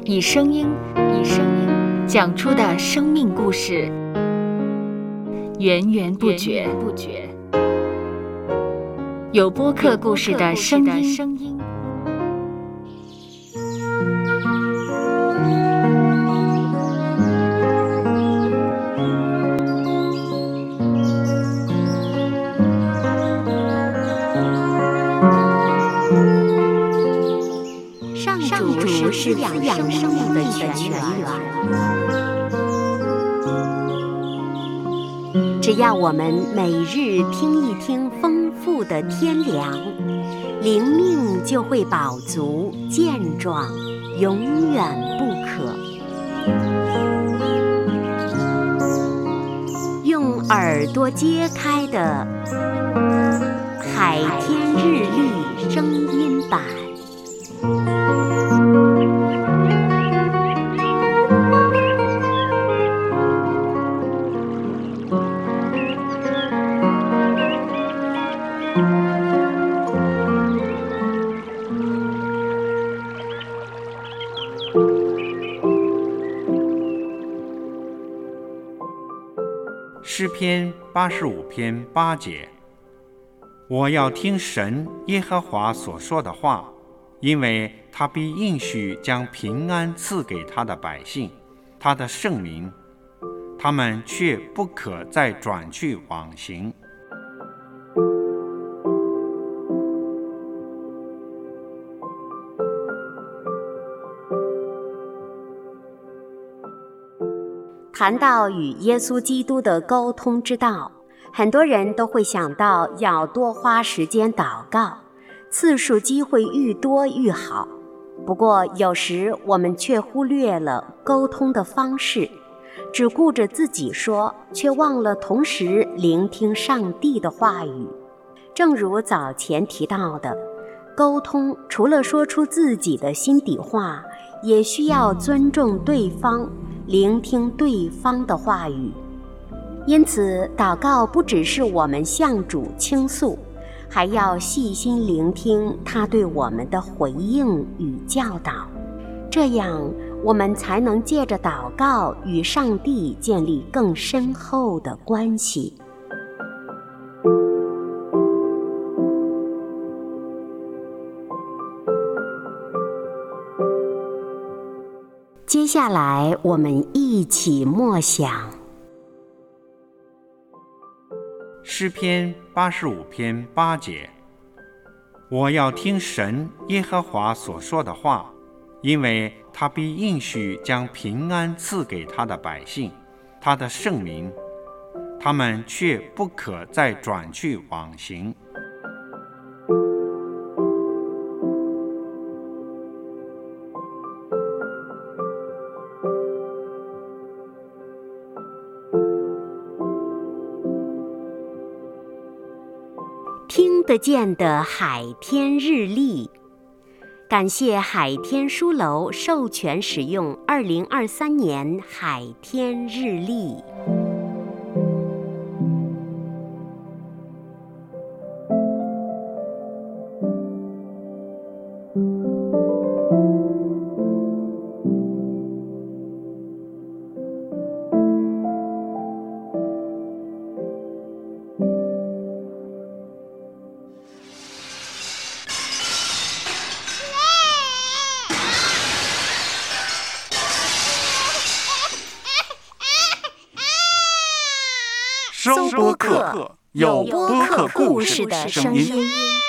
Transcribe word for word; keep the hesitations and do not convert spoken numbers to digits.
以声音以声音讲出的生命故事，源源不绝。有播客故事的声音。 上主是滋养生命的泉源，只要我们每日听一听丰富的天粮，灵命就会饱足健壮，永远不渴。用耳朵揭开的海天日历声音版。 诗篇八十五篇八节，我要听神耶和华所说的话，因为他必应许将平安赐给他的百姓，他的圣民，他们却不可再转去往行。 谈到与耶稣基督的沟通之道，很多人都会想到要多花时间祷告，次数机会愈多愈好。不过有时我们却忽略了沟通的方式，只顾着自己说，却忘了同时聆听上帝的话语。正如早前提到的，沟通除了说出自己的心底话，也需要尊重对方，聆听对方的话语。因此祷告不只是我们向主倾诉，还要细心聆听他对我们的回应与教导，这样我们才能借着祷告与上帝建立更深厚的关系。接下来我们一起默想诗篇八十五篇八节，我要听神耶和华所说的话，因为他必应许将平安赐给他的百姓，他的圣民，他们却不可再转去往行。 听得见的海天日历，感谢海天书楼授权使用二零二三年海天日历。 收播客，有播客故事的声音。